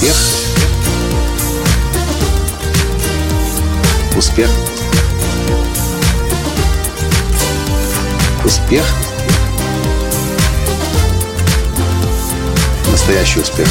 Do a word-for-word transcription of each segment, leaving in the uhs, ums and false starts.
Успех. Успех. Успех. Настоящий успех.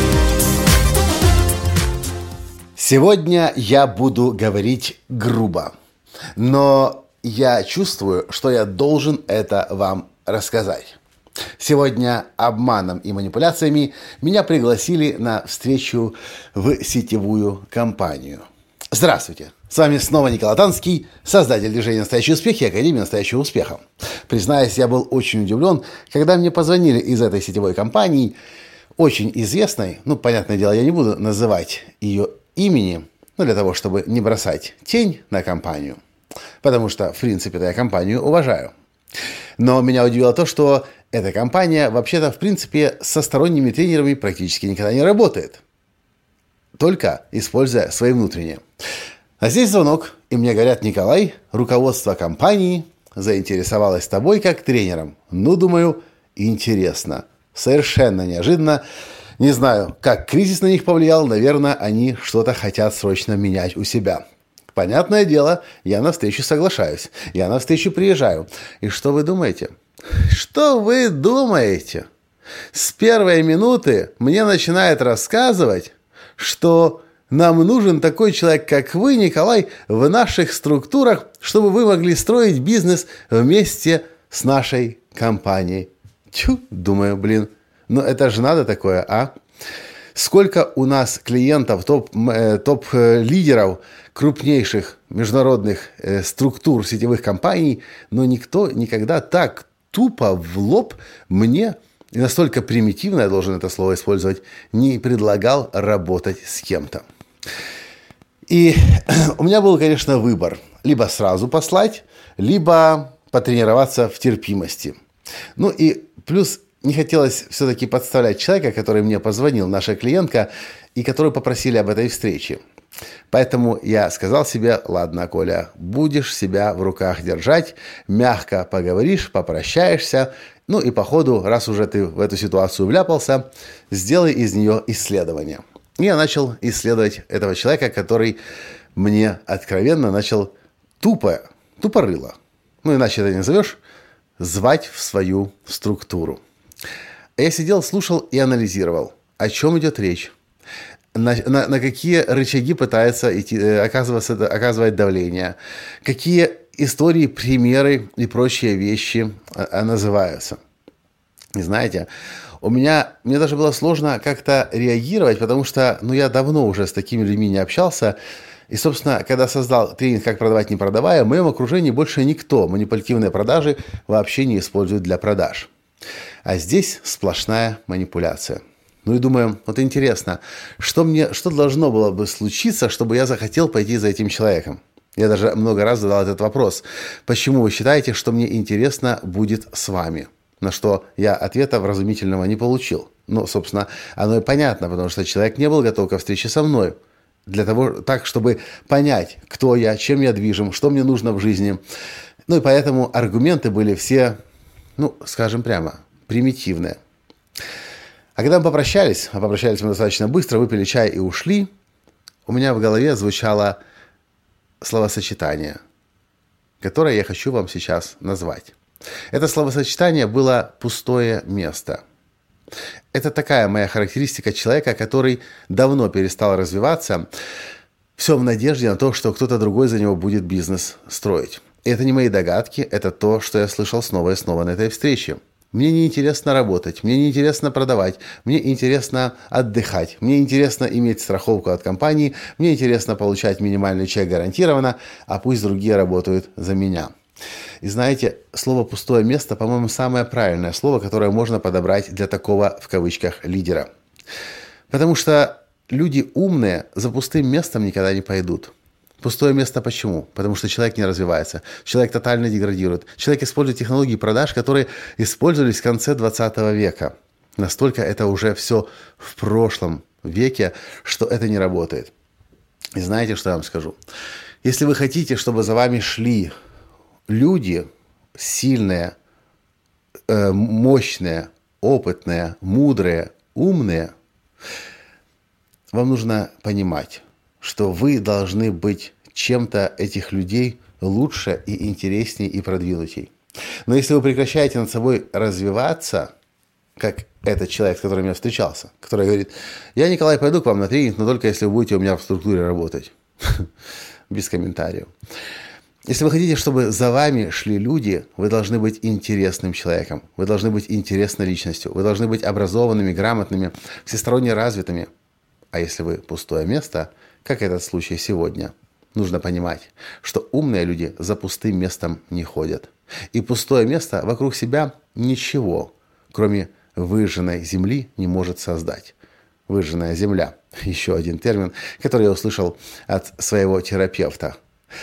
Сегодня я буду говорить грубо, но я чувствую, что я должен это вам рассказать. Сегодня обманом и манипуляциями меня пригласили на встречу в сетевую компанию. Здравствуйте! С вами снова Николай Танский, создатель движения «Настоящий успех» и Академии настоящего успеха. Признаюсь, я был очень удивлен, когда мне позвонили из этой сетевой компании, очень известной, ну, понятное дело, я не буду называть ее имени, ну, для того, чтобы не бросать тень на компанию, потому что, в принципе, я компанию уважаю. Но меня удивило то, что эта компания, вообще-то, в принципе, со сторонними тренерами практически никогда не работает, только используя свои внутренние. А здесь звонок, и мне говорят: Николай, руководство компании заинтересовалось тобой как тренером. Ну, думаю, интересно. Совершенно неожиданно. Не знаю, как кризис на них повлиял. Наверное, они что-то хотят срочно менять у себя. Понятное дело, я на встречу соглашаюсь. Я на встречу приезжаю. И что вы думаете? Что вы думаете? С первой минуты мне начинает рассказывать, что нам нужен такой человек, как вы, Николай, в наших структурах, чтобы вы могли строить бизнес вместе с нашей компанией. Тьфу, думаю, блин, ну это же надо такое, а? Сколько у нас клиентов, топ, э, топ-лидеров крупнейших международных э, структур сетевых компаний, но никто никогда так тупо в лоб мне, и настолько примитивно, я должен это слово использовать, не предлагал работать с кем-то. И у меня был, конечно, выбор. Либо сразу послать, либо потренироваться в терпимости. Ну и плюс не хотелось все-таки подставлять человека, который мне позвонил, наша клиентка, и которую попросили об этой встрече. Поэтому я сказал себе: ладно, Коля, будешь себя в руках держать, мягко поговоришь, попрощаешься, ну и по ходу, раз уже ты в эту ситуацию вляпался, сделай из нее исследование. И я начал исследовать этого человека, который мне откровенно начал тупо, тупорыло, ну иначе это не назовешь, звать в свою структуру. Я сидел, слушал и анализировал, о чем идет речь, на, на, на какие рычаги пытается идти, оказываться, оказывать давление, какие истории, примеры и прочие вещи называются. И знаете, у меня, мне даже было сложно как-то реагировать, потому что ну, я давно уже с такими людьми не общался. И, собственно, когда создал тренинг «Как продавать, не продавая», в моем окружении больше никто манипулятивные продажи вообще не использует для продаж. А здесь сплошная манипуляция. Ну и думаю, вот интересно, что мне, что должно было бы случиться, чтобы я захотел пойти за этим человеком? Я даже много раз задал этот вопрос. Почему вы считаете, что мне интересно будет с вами? На что я ответа вразумительного не получил. Ну, собственно, оно и понятно, потому что человек не был готов ко встрече со мной. Для того, так, чтобы понять, кто я, чем я движим, что мне нужно в жизни. Ну и поэтому аргументы были все, ну, скажем прямо, примитивные. А когда мы попрощались, а попрощались мы достаточно быстро, выпили чай и ушли, у меня в голове звучало словосочетание, которое я хочу вам сейчас назвать. Это словосочетание было «пустое место». Это такая моя характеристика человека, который давно перестал развиваться, все в надежде на то, что кто-то другой за него будет бизнес строить. И это не мои догадки, это то, что я слышал снова и снова на этой встрече. Мне неинтересно работать, мне неинтересно продавать, мне интересно отдыхать, мне интересно иметь страховку от компании, мне интересно получать минимальный чек гарантированно, а пусть другие работают за меня. И знаете, слово «пустое место», по-моему, самое правильное слово, которое можно подобрать для такого, в кавычках, лидера. Потому что люди умные за пустым местом никогда не пойдут. Пустое место почему? Потому что человек не развивается, человек тотально деградирует. Человек использует технологии продаж, которые использовались в конце двадцатого века. Настолько это уже все в прошлом веке, что это не работает. И знаете, что я вам скажу? Если вы хотите, чтобы за вами шли люди сильные, э, мощные, опытные, мудрые, умные, вам нужно понимать, что вы должны быть чем-то этих людей лучше и интереснее и продвинутей. Но если вы прекращаете над собой развиваться, как этот человек, с которым я встречался, который говорит: я, Николай, пойду к вам на тренинг, но только если вы будете у меня в структуре работать. Без комментариев. Если вы хотите, чтобы за вами шли люди, вы должны быть интересным человеком, вы должны быть интересной личностью, вы должны быть образованными, грамотными, всесторонне развитыми. А если вы пустое место, как этот случай сегодня, нужно понимать, что умные люди за пустым местом не ходят. И пустое место вокруг себя ничего, кроме выжженной земли, не может создать. Выжженная земля. Еще один термин, который я услышал от своего терапевта.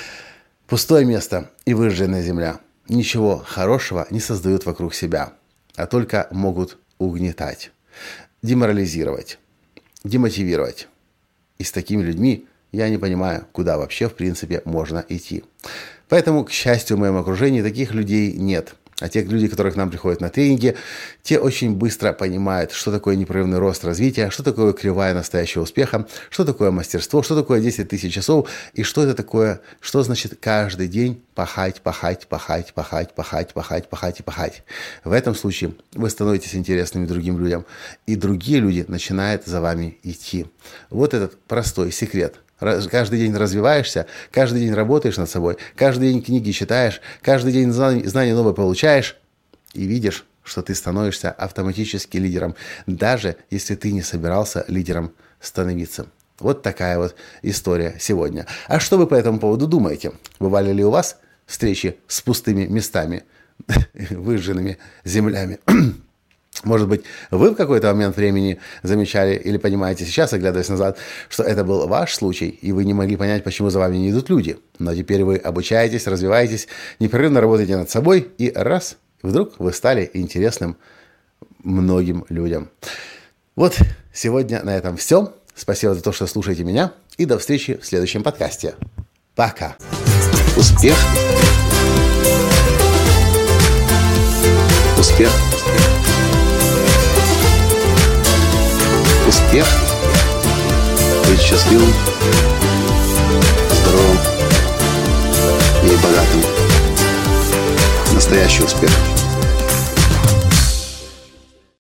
Пустое место и выжженная земля ничего хорошего не создают вокруг себя, а только могут угнетать, деморализировать, демотивировать. И с такими людьми я не понимаю, куда вообще в принципе можно идти. Поэтому, к счастью, в моем окружении таких людей нет. А те люди, которые к нам приходят на тренинги, те очень быстро понимают, что такое непрерывный рост развития, что такое кривая настоящего успеха, что такое мастерство, что такое десять тысяч часов, и что это такое, что значит каждый день пахать, пахать, пахать, пахать, пахать, пахать, пахать и пахать. В этом случае вы становитесь интересными другим людям, и другие люди начинают за вами идти. Вот этот простой секрет. Каждый день развиваешься, каждый день работаешь над собой, каждый день книги читаешь, каждый день знания новые получаешь и видишь, что ты становишься автоматически лидером, даже если ты не собирался лидером становиться. Вот такая вот история сегодня. А что вы по этому поводу думаете? Бывали ли у вас встречи с пустыми местами, выжженными землями? Может быть, вы в какой-то момент времени замечали или понимаете сейчас, оглядываясь назад, что это был ваш случай, и вы не могли понять, почему за вами не идут люди. Но теперь вы обучаетесь, развиваетесь, непрерывно работаете над собой, и раз, вдруг вы стали интересным многим людям. Вот сегодня на этом все. Спасибо за то, что слушаете меня, и до встречи в следующем подкасте. Пока. Успех. Успех. Успех. Быть счастливым, здоровым и богатым. Настоящий успех.